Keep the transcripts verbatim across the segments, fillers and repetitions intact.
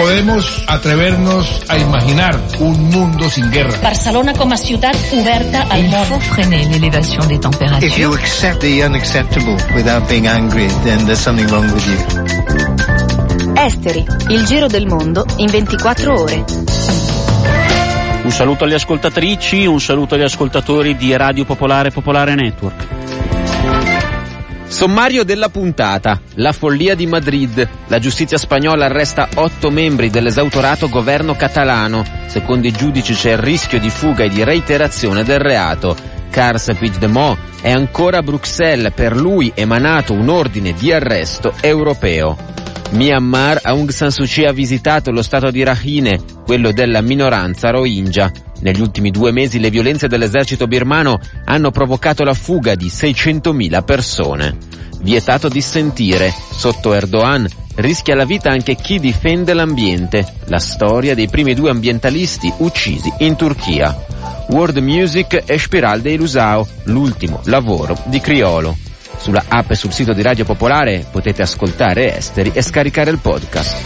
podemos atrevernos a imaginar un mundo sin guerra. Barcelona com a ciutat oberta al món. Il faut freiner l'élévation des températures. If you accept the unacceptable without being angry, then there's something wrong with you. Esteri, il giro del mondo in ventiquattro ore. Un saluto alle ascoltatrici, un saluto agli ascoltatori di Radio Popolare Popolare Network. Sommario della puntata. La follia di Madrid. La giustizia spagnola arresta otto membri dell'esautorato governo catalano. Secondo i giudici c'è il rischio di fuga e di reiterazione del reato. Carles Puigdemont è ancora a Bruxelles, per lui emanato un ordine di arresto europeo. Myanmar, Aung San Suu Kyi ha visitato lo stato di Rakhine, quello della minoranza Rohingya. Negli ultimi due mesi le violenze dell'esercito birmano hanno provocato la fuga di seicentomila persone. Vietato dissentire. Sotto Erdogan rischia la vita anche chi difende l'ambiente. La storia dei primi due ambientalisti uccisi in Turchia. World Music e Spiral de Ilusao, l'ultimo lavoro di Criolo. Sulla app e sul sito di Radio Popolare potete ascoltare Esteri e scaricare il podcast.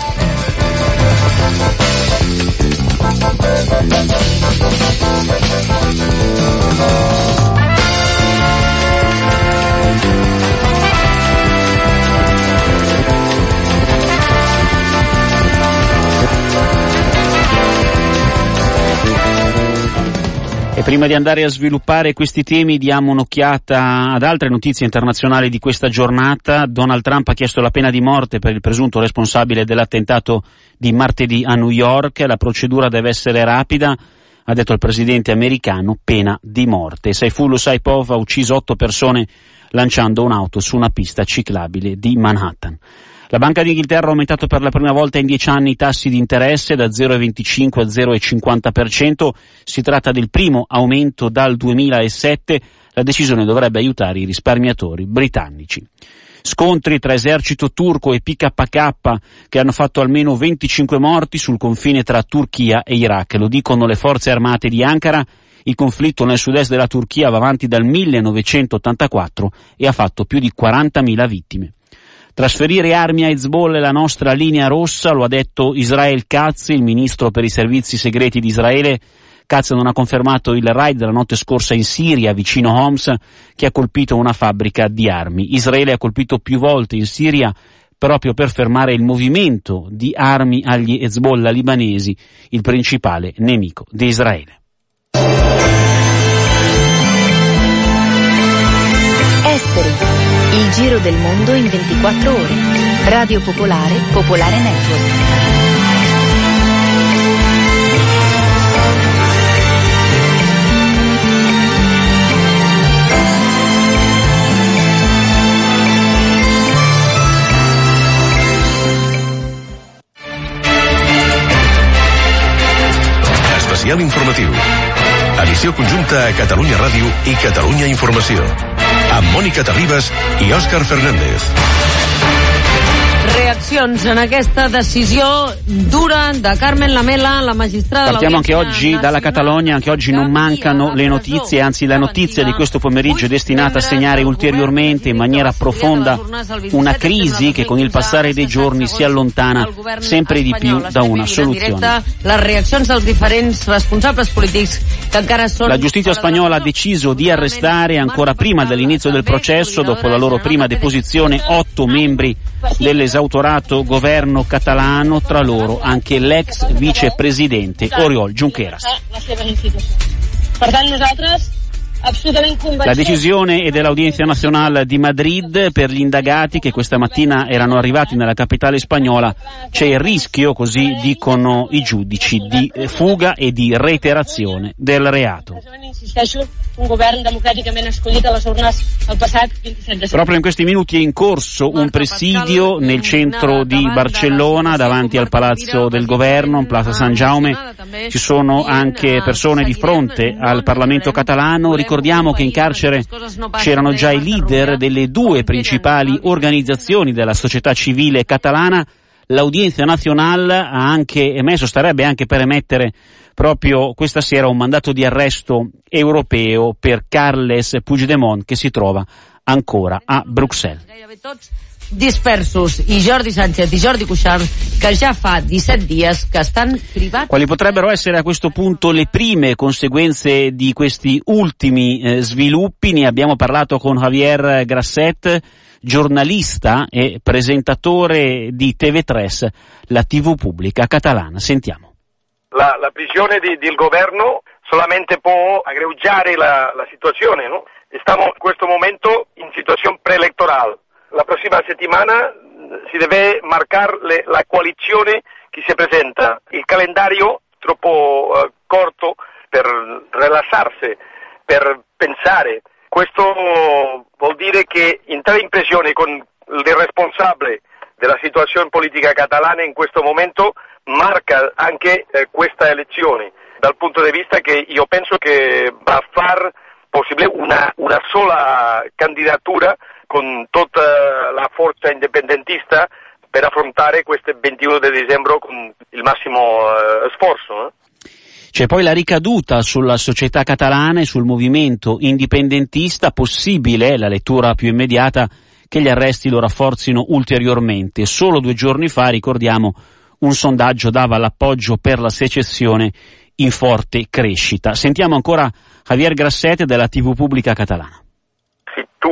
E prima di andare a sviluppare questi temi diamo un'occhiata ad altre notizie internazionali di questa giornata. Donald Trump ha chiesto la pena di morte per il presunto responsabile dell'attentato di martedì a New York. La procedura deve essere rapida, ha detto il presidente americano, pena di morte. Saifullah Saipov ha ucciso otto persone lanciando un'auto su una pista ciclabile di Manhattan. La Banca d'Inghilterra ha aumentato per la prima volta in dieci anni i tassi di interesse da zero virgola venticinque a zero virgola cinquanta per cento. Si tratta del primo aumento dal duemilasette. La decisione dovrebbe aiutare i risparmiatori britannici. Scontri tra esercito turco e P K K che hanno fatto almeno venticinque morti sul confine tra Turchia e Iraq. Lo dicono le forze armate di Ankara. Il conflitto nel sud-est della Turchia va avanti dal millenovecentottantaquattro e ha fatto più di quarantamila vittime. Trasferire armi a Hezbollah è la nostra linea rossa, lo ha detto Israel Katz, il ministro per i servizi segreti di Israele. Katz non ha confermato il raid della notte scorsa in Siria, vicino Homs, che ha colpito una fabbrica di armi. Israele ha colpito più volte in Siria proprio per fermare il movimento di armi agli Hezbollah libanesi, il principale nemico di Israele. Esteri. Il giro del mondo in ventiquattro ore. Radio Popolare, Popolare Network. Especial informatiu. Edició conjunta a Catalunya Ràdio i Catalunya Informació. Amb Mònica Terribas i Òscar Fernández. Reaccions en aquesta decisió dura da Carmen Lamela, la magistrata. Partiamo anche oggi dalla Catalogna, anche oggi non mancano le notizie, anzi la notizia di questo pomeriggio è destinata a segnare ulteriormente in maniera profonda una crisi che con il passare dei giorni si allontana sempre di più da una soluzione. Le reazioni dels differents responsables politici che ancora sono. La giustizia spagnola ha deciso di arrestare ancora prima dell'inizio del processo, dopo la loro prima deposizione, otto membri dell'esautorato governo catalano, tra loro anche l'ex vicepresidente Oriol Junqueras. La decisione è dell'Audiencia Nazionale di Madrid. Per gli indagati che questa mattina erano arrivati nella capitale spagnola c'è il rischio, così dicono i giudici, di fuga e di reiterazione del reato. Un govern democràticament escollit a les urnes el passat ventisette de Proprio in questi minuti è in corso un presidio nel centro di Barcellona, davanti al Palazzo del Governo, in Plaza San Jaume. Ci sono anche persone di fronte al Parlamento catalano. Ricordiamo che in carcere c'erano già i leader delle due principali organizzazioni della società civile catalana. L'Audiencia Nazionale ha anche emesso, starebbe anche per emettere proprio questa sera un mandato di arresto europeo per Carles Puigdemont, che si trova ancora a Bruxelles. dispersos, i Jordi Sánchez i Jordi Cuixart, que ja fa disset dies che estan privati. Quali potrebbero essere a questo punto le prime conseguenze di questi ultimi eh, sviluppi? Ne abbiamo parlato con Javier Grasset, giornalista e presentatore di T V tre, la tivù pubblica catalana. Sentiamo. La, la prisione di, del governo solamente può aggravare la, la situazione, no? Stiamo in questo momento in situazione preelettorale. La prossima settimana si deve marcare le, la coalizione che si presenta. Il calendario troppo uh, corto per rilassarsi, per pensare. Questo vuol dire che entrare in pressione con il responsabile della situazione politica catalana in questo momento marca anche eh, questa elezione, dal punto di vista che io penso che va a far possibile una, una sola candidatura con tutta la forza indipendentista per affrontare questo ventuno di dicembre con il massimo uh, sforzo. Eh? C'è poi la ricaduta sulla società catalana e sul movimento indipendentista, possibile, la lettura più immediata, che gli arresti lo rafforzino ulteriormente. Solo due giorni fa, ricordiamo, un sondaggio dava l'appoggio per la secessione in forte crescita. Sentiamo ancora Javier Grasset della tivù pubblica catalana. Se tu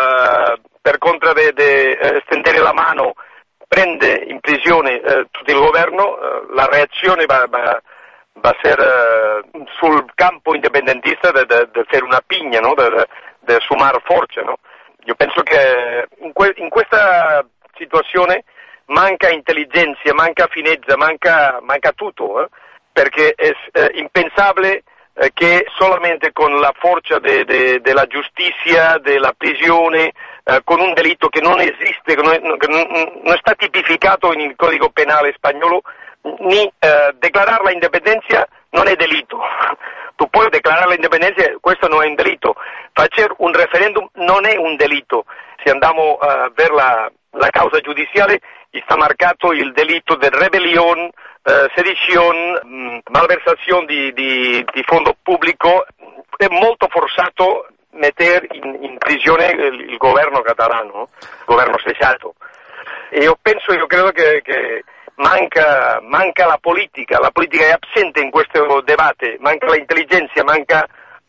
uh, per contro di uh, stendere la mano prende in prisione uh, tutto il governo, uh, la reazione va, va, va a essere uh, sul campo indipendentista di fare una pigna, no? di sumare forza. No? Io penso che in, que- in questa situazione manca intelligenza, manca finezza, manca, manca tutto, eh? perché è eh, impensabile eh, che solamente con la forza de, de, della giustizia, della prigione, eh, con un delitto che non esiste, che non è, che non, non sta tipificato nel codice penale spagnolo, ni eh, declarare l'indipendenza non è delitto. Tu puoi declarare l'indipendenza, questo non è un delitto. Fare un referendum non è un delitto. Se andiamo a ver la, la causa giudiziale, sta marcato il delitto di rebellione, eh, sedizione, mh, malversazione di, di, di fondo pubblico. È molto forzato mettere in, in prigione il, il governo catalano, il governo speciale. E io penso, io credo che, che manca, manca la politica, la politica è assente in questo dibattito, manca l'intelligenza, manca,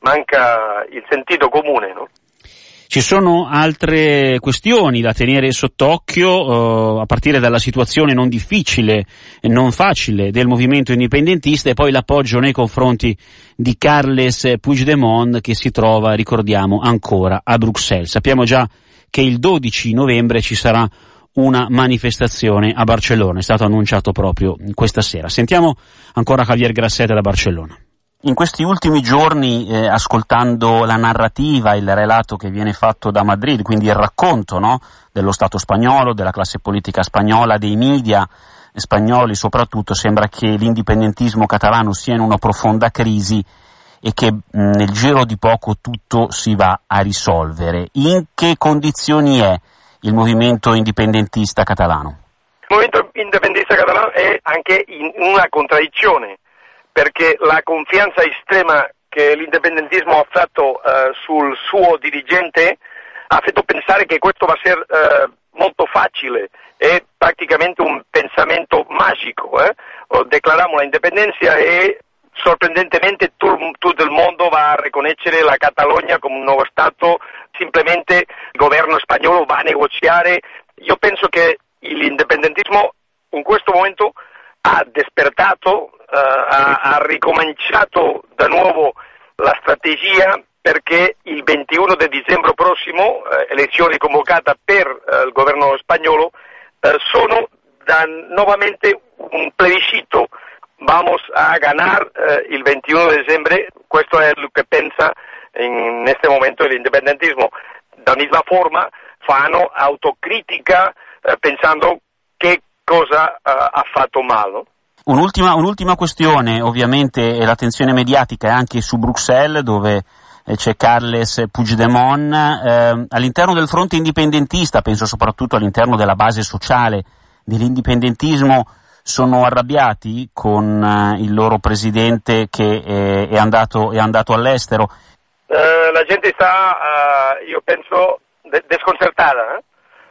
manca il sentito comune, no? Ci sono altre questioni da tenere sott'occhio, eh, a partire dalla situazione non difficile e non facile del movimento indipendentista e poi l'appoggio nei confronti di Carles Puigdemont che si trova, ricordiamo, ancora a Bruxelles. Sappiamo già che il dodici novembre ci sarà una manifestazione a Barcellona, è stato annunciato proprio questa sera. Sentiamo ancora Javier Grasset da Barcellona. In questi ultimi giorni, eh, ascoltando la narrativa, il relato che viene fatto da Madrid, quindi il racconto, no, dello Stato spagnolo, della classe politica spagnola, dei media spagnoli soprattutto, sembra che l'indipendentismo catalano sia in una profonda crisi e che mh, nel giro di poco tutto si va a risolvere. In che condizioni è il movimento indipendentista catalano? Il movimento indipendentista catalano è anche in una contraddizione, perché la confianza estrema che l'indipendentismo ha fatto uh, sul suo dirigente ha fatto pensare che questo va a essere uh, molto facile, è praticamente un pensamento magico. Eh? Declariamo l'indipendenza e sorprendentemente tu, tutto il mondo va a riconoscere la Catalogna come un nuovo Stato, simplemente il governo spagnolo va a negoziare. Io penso che l'indipendentismo in questo momento ha despertato, uh, ha, ha ricominciato da nuovo la strategia perché il ventuno di dicembre prossimo, uh, elezioni convocate per uh, il governo spagnolo, uh, sono da, nuovamente un plebiscito. Vamos a ganar uh, il ventuno di dicembre, questo è lo che pensa in questo momento l'indipendentismo. Da misma forma fanno autocritica uh, pensando che cosa uh, ha fatto male. Un'ultima, un'ultima questione, ovviamente l'attenzione mediatica è anche su Bruxelles, dove eh, c'è Carles Puigdemont. Eh, all'interno del fronte indipendentista, penso soprattutto all'interno della base sociale dell'indipendentismo, sono arrabbiati con eh, il loro presidente che eh, è, andato, è andato all'estero. Uh, la gente sta, uh, io penso, de- desconcertata. Eh?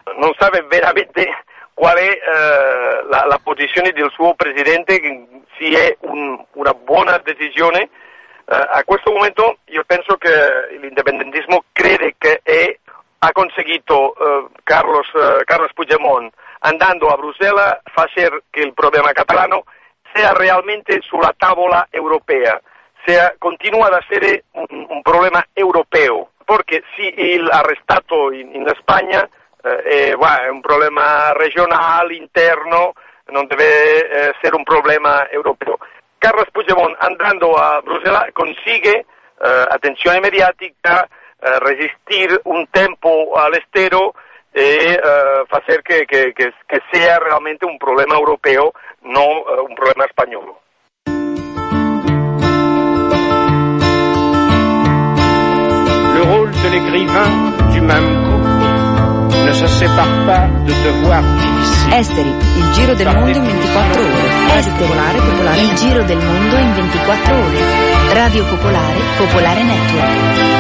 non sa veramente qual è eh, la, la posizione del suo presidente, se è un, una buona decisione. Eh, a questo momento io penso che l'indipendentismo crede che è, ha conseguito eh, Carlos, eh, Carlos Puigdemont andando a Bruxelles hacer che il problema catalano sia realmente sulla tavola europea, sia, continua ad essere un, un problema europeo, perché se il arrestato in, in Spagna eh, è, è un problema regionale, interno, non deve eh, essere un problema europeo. Carlos Puigdemont andando a Bruxelles consigue eh, attenzione mediatica, eh, resistir un tempo all'estero e uh, hacer que, que, que, que sea realmente un problema europeo, no uh, un problema español. Le rôle de l'écrivain du même coup ne se sépare pas de devoirs difficiles. Esteri, il giro del mondo in ventiquattro ore. Radio Popolare, Popolare, il giro del mondo in ventiquattro ore. Radio Popolare, Popolare Network.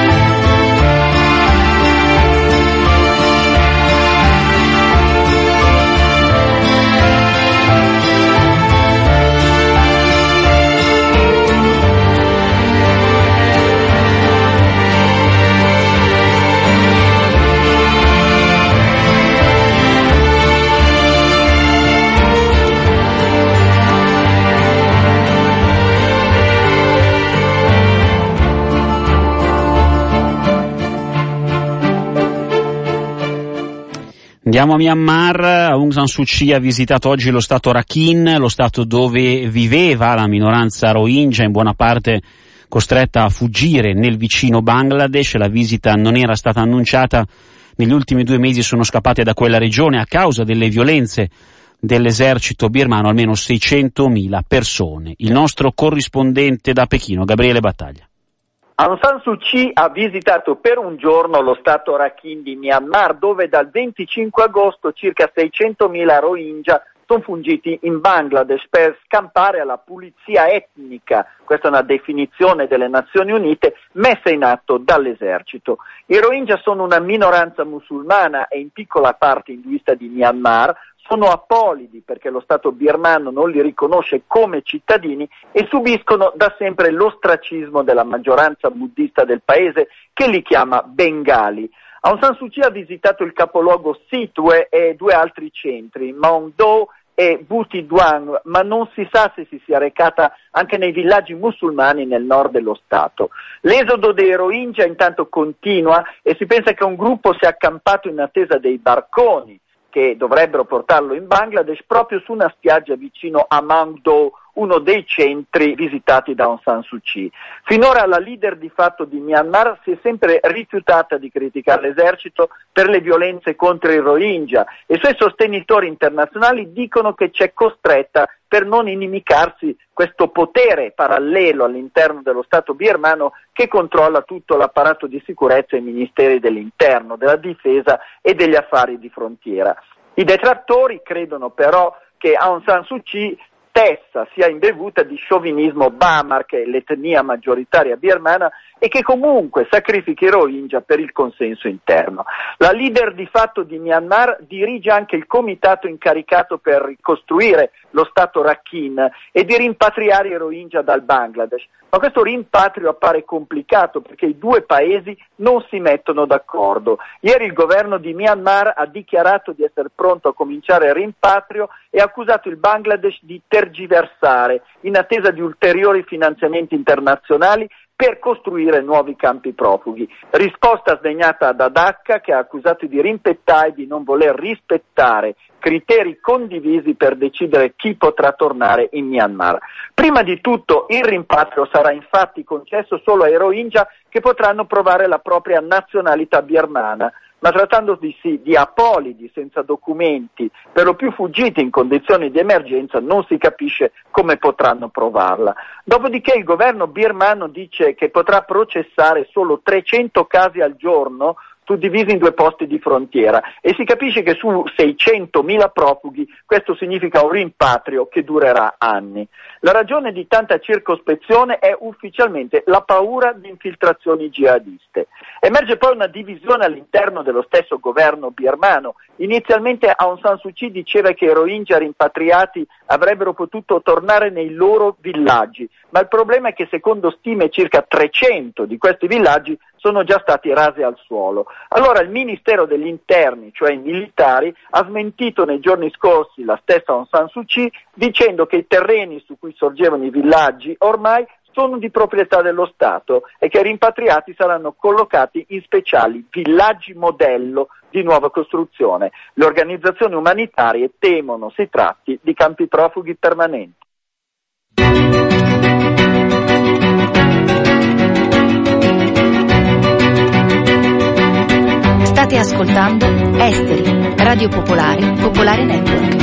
Andiamo a Myanmar. Aung San Suu Kyi ha visitato oggi lo stato Rakhine, lo stato dove viveva la minoranza Rohingya, in buona parte costretta a fuggire nel vicino Bangladesh. La visita non era stata annunciata. Negli ultimi due mesi sono scappate da quella regione a causa delle violenze dell'esercito birmano almeno seicentomila persone. Il nostro corrispondente da Pechino, Gabriele Battaglia. Aung San Suu Kyi ha visitato per un giorno lo stato Rakhine di Myanmar, dove dal venticinque agosto circa seicentomila Rohingya sono fuggiti in Bangladesh per scampare alla pulizia etnica. Questa è una definizione delle Nazioni Unite messa in atto dall'esercito. I Rohingya sono una minoranza musulmana e in piccola parte induista di Myanmar. Sono apolidi perché lo Stato birmano non li riconosce come cittadini e subiscono da sempre l'ostracismo della maggioranza buddista del paese che li chiama bengali. Aung San Suu Kyi ha visitato il capoluogo Situe e due altri centri, Maung Do e Buti Duang, ma non si sa se si sia recata anche nei villaggi musulmani nel nord dello Stato. L'esodo dei Rohingya intanto continua e si pensa che un gruppo sia accampato in attesa dei barconi che dovrebbero portarlo in Bangladesh proprio su una spiaggia vicino a Maung Do, uno dei centri visitati da Aung San Suu Kyi. Finora la leader di fatto di Myanmar si è sempre rifiutata di criticare l'esercito per le violenze contro i Rohingya e i suoi sostenitori internazionali dicono che c'è costretta per non inimicarsi questo potere parallelo all'interno dello Stato birmano che controlla tutto l'apparato di sicurezza e i ministeri dell'interno, della difesa e degli affari di frontiera. I detrattori credono però che Aung San Suu Kyi stessa sia imbevuta di sciovinismo Bamar, che è l'etnia maggioritaria birmana, e che comunque sacrifichi i Rohingya per il consenso interno. La leader di fatto di Myanmar dirige anche il comitato incaricato per ricostruire lo stato Rakhine e di rimpatriare i Rohingya dal Bangladesh. Ma questo rimpatrio appare complicato perché i due paesi non si mettono d'accordo. Ieri il governo di Myanmar ha dichiarato di essere pronto a cominciare il rimpatrio e ha accusato il Bangladesh di tergiversare in attesa di ulteriori finanziamenti internazionali per costruire nuovi campi profughi. Risposta sdegnata da Dhaka, che ha accusato di rimpettai di non voler rispettare criteri condivisi per decidere chi potrà tornare in Myanmar. Prima di tutto il rimpatrio sarà infatti concesso solo ai Rohingya che potranno provare la propria nazionalità birmana, ma trattandosi sì, di apolidi senza documenti, per lo più fuggiti in condizioni di emergenza, non si capisce come potranno provarla. Dopodiché il governo birmano dice che potrà processare solo trecento casi al giorno, suddivisi in due posti di frontiera, e si capisce che su seicentomila profughi questo significa un rimpatrio che durerà anni. La ragione di tanta circospezione è ufficialmente la paura di infiltrazioni jihadiste. Emerge poi una divisione all'interno dello stesso governo birmano. Inizialmente Aung San Suu Kyi diceva che i Rohingya rimpatriati avrebbero potuto tornare nei loro villaggi, ma il problema è che secondo stime circa trecento di questi villaggi sono già stati rasi al suolo. Allora il Ministero degli Interni, cioè i militari, ha smentito nei giorni scorsi la stessa Aung San Suu Kyi dicendo che i terreni su cui sorgevano i villaggi ormai sono di proprietà dello Stato e che i rimpatriati saranno collocati in speciali villaggi modello di nuova costruzione. Le organizzazioni umanitarie temono si tratti di campi profughi permanenti. State ascoltando Esteri, Radio Popolare, Popolare Network.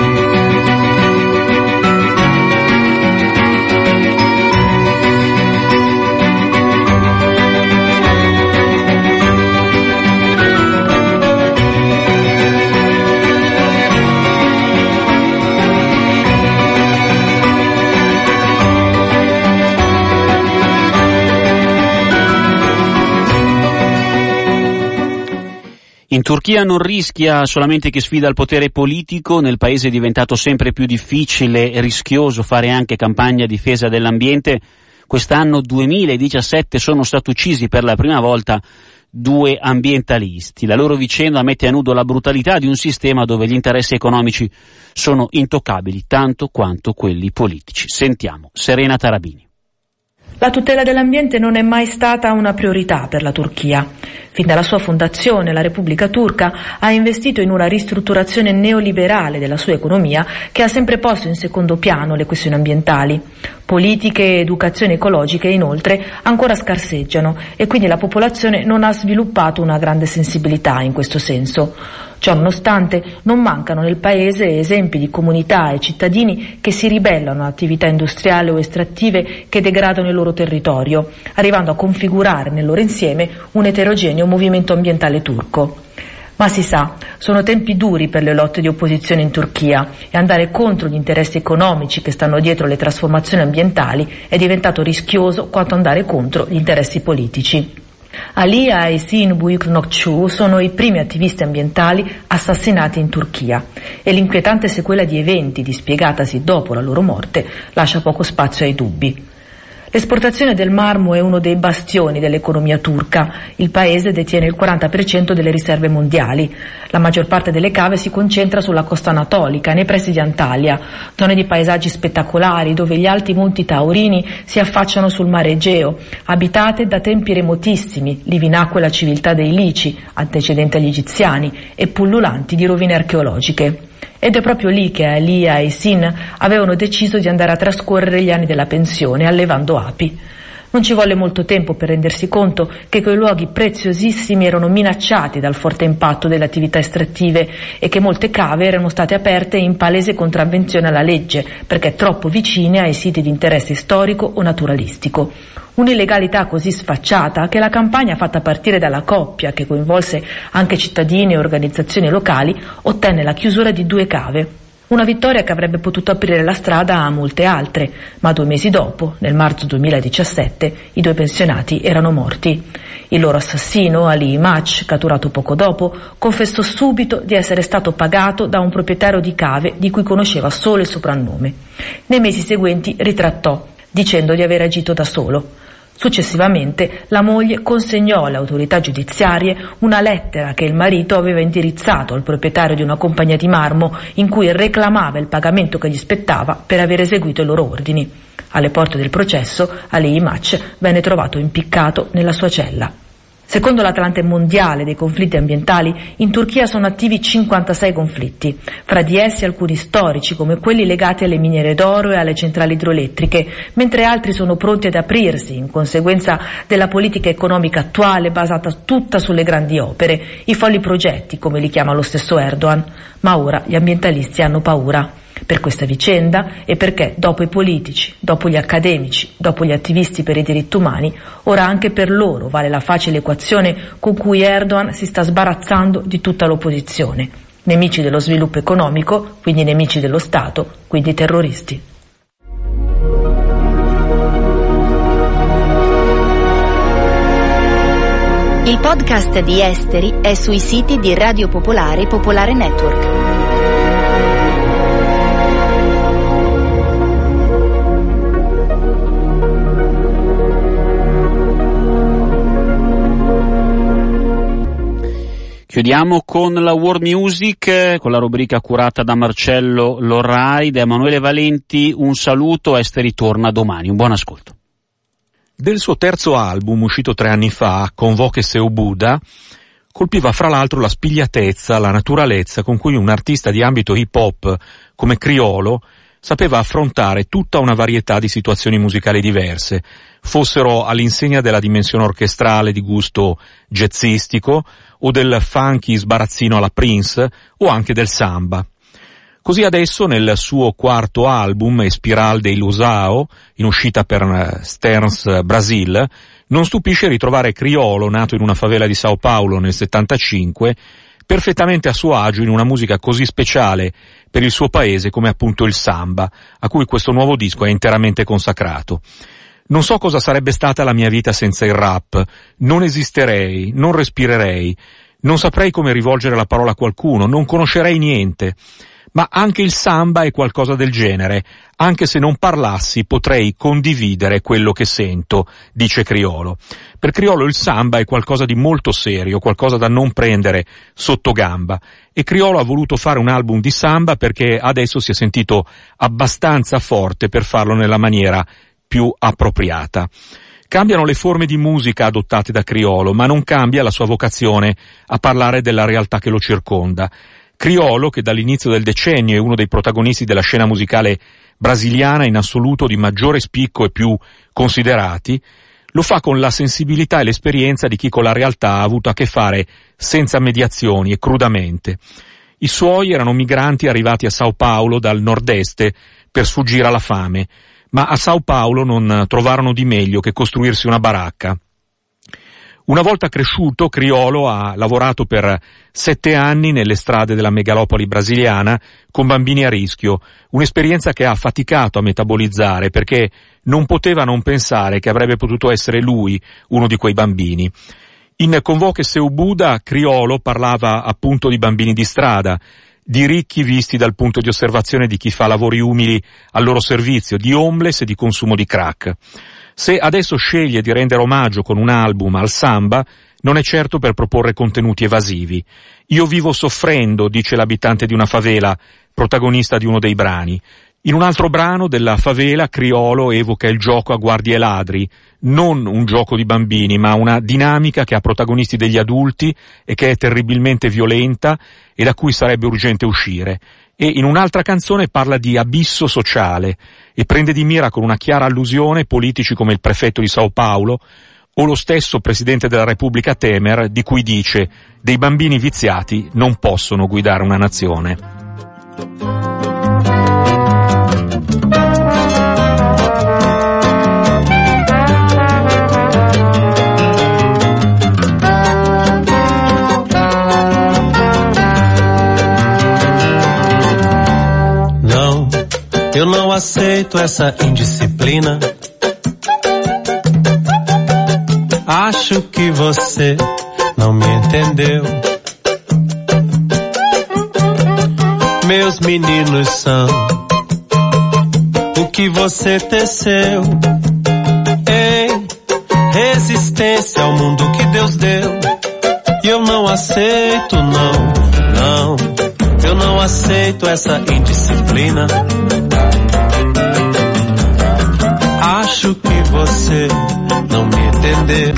In Turchia non rischia solamente che sfida il potere politico, nel paese è diventato sempre più difficile e rischioso fare anche campagna a difesa dell'ambiente. Quest'anno duemiladiciassette sono stati uccisi per la prima volta due ambientalisti. La loro vicenda mette a nudo la brutalità di un sistema dove gli interessi economici sono intoccabili tanto quanto quelli politici. Sentiamo Serena Tarabini. La tutela dell'ambiente non è mai stata una priorità per la Turchia. Fin dalla sua fondazione, la Repubblica Turca ha investito in una ristrutturazione neoliberale della sua economia che ha sempre posto in secondo piano le questioni ambientali. Politiche e educazione ecologiche, inoltre, ancora scarseggiano e quindi la popolazione non ha sviluppato una grande sensibilità in questo senso. Ciò nonostante, non mancano nel paese esempi di comunità e cittadini che si ribellano a attività industriali o estrattive che degradano il loro territorio, arrivando a configurare nel loro insieme un eterogeneo movimento ambientale turco. Ma si sa, sono tempi duri per le lotte di opposizione in Turchia e andare contro gli interessi economici che stanno dietro le trasformazioni ambientali è diventato rischioso quanto andare contro gli interessi politici. Alia e Sin Büyüknokçu sono i primi attivisti ambientali assassinati in Turchia e l'inquietante sequela di eventi dispiegatasi dopo la loro morte lascia poco spazio ai dubbi. L'esportazione del marmo è uno dei bastioni dell'economia turca. Il paese detiene il quaranta per cento delle riserve mondiali. La maggior parte delle cave si concentra sulla costa anatolica, nei pressi di Antalya, zone di paesaggi spettacolari dove gli alti monti taurini si affacciano sul mare Egeo, abitate da tempi remotissimi, lì vi nacque la civiltà dei Lici, antecedente agli egiziani, e pullulanti di rovine archeologiche. Ed è proprio lì che Alia e Sin avevano deciso di andare a trascorrere gli anni della pensione, allevando api. Non ci volle molto tempo per rendersi conto che quei luoghi preziosissimi erano minacciati dal forte impatto delle attività estrattive e che molte cave erano state aperte in palese contravvenzione alla legge, perché troppo vicine ai siti di interesse storico o naturalistico. Un'illegalità così sfacciata che la campagna fatta partire dalla coppia, che coinvolse anche cittadini e organizzazioni locali, ottenne la chiusura di due cave. Una vittoria che avrebbe potuto aprire la strada a molte altre, ma due mesi dopo, nel marzo duemiladiciassette, i due pensionati erano morti. Il loro assassino, Ali Imach, catturato poco dopo, confessò subito di essere stato pagato da un proprietario di cave di cui conosceva solo il soprannome. Nei mesi seguenti ritrattò, dicendo di aver agito da solo. Successivamente la moglie consegnò alle autorità giudiziarie una lettera che il marito aveva indirizzato al proprietario di una compagnia di marmo in cui reclamava il pagamento che gli spettava per aver eseguito i loro ordini. Alle porte del processo, Ali Imach venne trovato impiccato nella sua cella. Secondo l'Atlante mondiale dei conflitti ambientali, in Turchia sono attivi cinquantasei conflitti, fra di essi alcuni storici come quelli legati alle miniere d'oro e alle centrali idroelettriche, mentre altri sono pronti ad aprirsi in conseguenza della politica economica attuale basata tutta sulle grandi opere, i folli progetti, come li chiama lo stesso Erdogan. Ma ora gli ambientalisti hanno paura. per questa vicenda e perché dopo i politici, dopo gli accademici, dopo gli attivisti per i diritti umani, ora anche per loro vale la facile equazione con cui Erdogan si sta sbarazzando di tutta l'opposizione. Nemici dello sviluppo economico, quindi nemici dello Stato, quindi terroristi. Il podcast di Esteri è sui siti di Radio Popolare e Popolare Network. Chiudiamo con la World Music, con la rubrica curata da Marcello Lorrai, da Emanuele Valenti. Un saluto, Esteri torna domani. Un buon ascolto. Del suo terzo album, uscito tre anni fa, Convoche Seu Buddha, colpiva fra l'altro la spigliatezza, la naturalezza con cui un artista di ambito hip hop come Criolo sapeva affrontare tutta una varietà di situazioni musicali diverse, fossero all'insegna della dimensione orchestrale di gusto jazzistico o del funky sbarazzino alla Prince o anche del samba. Così adesso nel suo quarto album, Espiral de Ilusao, in uscita per Sterns Brasil, non stupisce ritrovare Criolo, nato in una favela di Sao Paulo nel settantacinque, perfettamente a suo agio in una musica così speciale per il suo paese come appunto il samba, a cui questo nuovo disco è interamente consacrato. Non so cosa sarebbe stata la mia vita senza il rap, non esisterei, non respirerei, non saprei come rivolgere la parola a qualcuno, non conoscerei niente. Ma anche il samba è qualcosa del genere, anche se non parlassi potrei condividere quello che sento, dice Criolo. Per Criolo il samba è qualcosa di molto serio, qualcosa da non prendere sotto gamba, e Criolo ha voluto fare un album di samba perché adesso si è sentito abbastanza forte per farlo nella maniera più appropriata. Cambiano le forme di musica adottate da Criolo, ma non cambia la sua vocazione a parlare della realtà che lo circonda. Criolo, che dall'inizio del decennio è uno dei protagonisti della scena musicale brasiliana in assoluto di maggiore spicco e più considerati, lo fa con la sensibilità e l'esperienza di chi con la realtà ha avuto a che fare senza mediazioni e crudamente. I suoi erano migranti arrivati a Sao Paulo dal nord-est per sfuggire alla fame, ma a Sao Paulo non trovarono di meglio che costruirsi una baracca. Una volta cresciuto, Criolo ha lavorato per sette anni nelle strade della megalopoli brasiliana con bambini a rischio, un'esperienza che ha faticato a metabolizzare perché non poteva non pensare che avrebbe potuto essere lui uno di quei bambini. In Convoche Seu Buddha, Criolo parlava appunto di bambini di strada, di ricchi visti dal punto di osservazione di chi fa lavori umili al loro servizio, di homeless e di consumo di crack. Se adesso sceglie di rendere omaggio con un album al samba, non è certo per proporre contenuti evasivi. Io vivo soffrendo, dice l'abitante di una favela, protagonista di uno dei brani. In un altro brano della favela, Criolo evoca il gioco a guardie e ladri, non un gioco di bambini, ma una dinamica che ha protagonisti degli adulti e che è terribilmente violenta e da cui sarebbe urgente uscire. E in un'altra canzone parla di abisso sociale e prende di mira con una chiara allusione politici come il prefetto di Sao Paulo o lo stesso presidente della Repubblica Temer, di cui dice: dei bambini viziati non possono guidare una nazione. Eu não aceito essa indisciplina. Acho que você não me entendeu. Meus meninos são o que você teceu em resistência ao mundo que Deus deu. E eu não aceito, não, não. Eu não aceito essa indisciplina. Acho que você não me entendeu.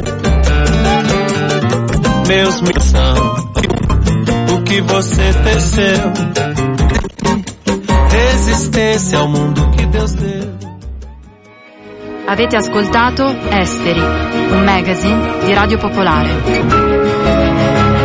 Meus meninos são o que você teceu. Resistência ao mundo que Deus deu. Avete ascoltato Esteri, un magazine di Radio Popolare.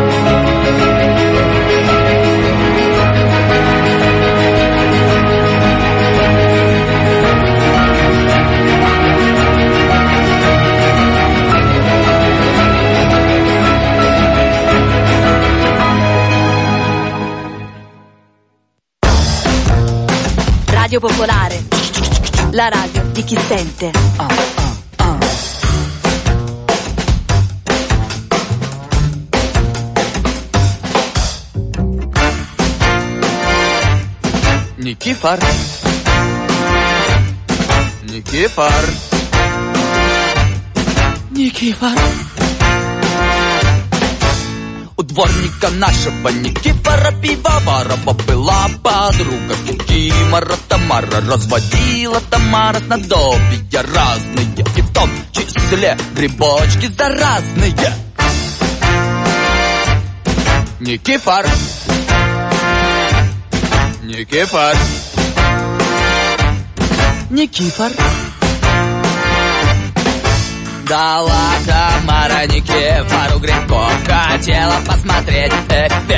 Radio Popolare, la radio di chi sente. Oh, oh, oh. Никифор, Никифор, Никифор. У дворника нашего Никифора Пивоварова была подруга Кикимора Тамара. Разводила Тамара снадобья разные, и в том числе грибочки заразные. Никифор, Никифор, Никифор. Дала Тамара Никифору грибков, хотела посмотреть эффект.